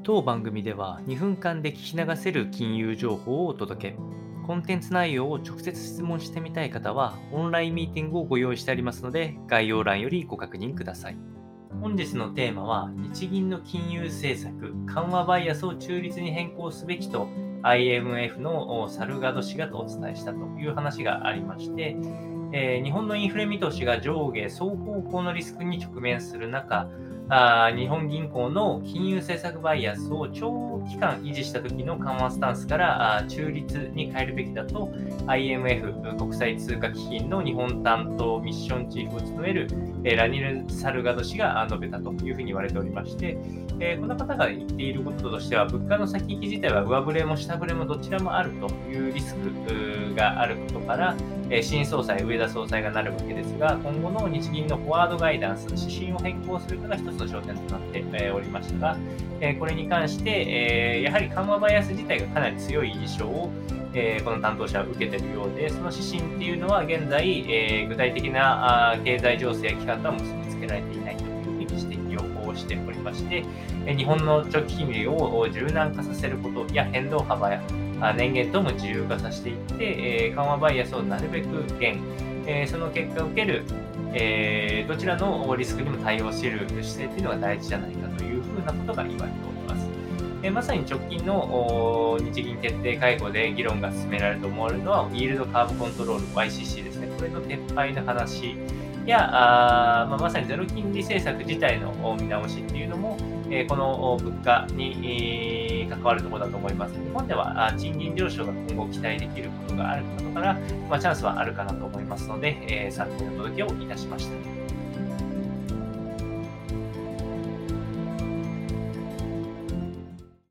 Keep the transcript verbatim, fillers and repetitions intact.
当番組ではにふんかんで聞き流せる金融情報をお届け。コンテンツ内容を直接質問してみたい方はオンラインミーティングをご用意してありますので、概要欄よりご確認ください。本日のテーマは、日銀の金融政策緩和バイアスを中立に変更すべきと アイエムエフ のサルガド氏がお伝えしたという話がありまして、えー日本のインフレ見通しが上下双方向のリスクに直面する中、あー日本銀行の金融政策バイアスを長期間維持した時の緩和スタンスからあー中立に変えるべきだと アイエムエフ 国際通貨基金の日本担当ミッションチーフを務める、えーラニル・サルガド氏があ述べたというふうに言われておりまして、えーこの方が言っていることとしては、物価の先行き自体は上振れも下振れもどちらもあるというリスクうーがあることから、えー新総裁、上田総裁がなるわけですが、今後の日銀のフォワードガイダンス、指針を変更するかが一つの焦点となってえーおりましたが、えーこれに関して、えーやはり緩和バイアス自体がかなり強い印象を、えーこの担当者は受けているようで、その指針っていうのは現在、えー具体的なあー経済情勢や機関とは結びつけられていないというふうに指摘をしておりまして、えー日本の長期金利を柔軟化させることや変動幅やあ年限とも自由化させていって、えー緩和バイアスをなるべく減、えーその結果を受ける、えーどちらのリスクにも対応している姿勢というのが大事じゃないかというふうなことが言われております。えーまさに直近のお日銀決定会合で議論が進められると思われるのは、イールドカーブコントロール ワイシーシー ですね。これの撤廃の話や、あーまあ、まさにゼロ金利政策自体の見直しっていうのも、えーこの物価に、えー関わるところだと思います。日本ではあ賃金上昇が今後期待できることがあることから、まあ、チャンスはあるかなと思いますので、えー参考にお届けをいたしました。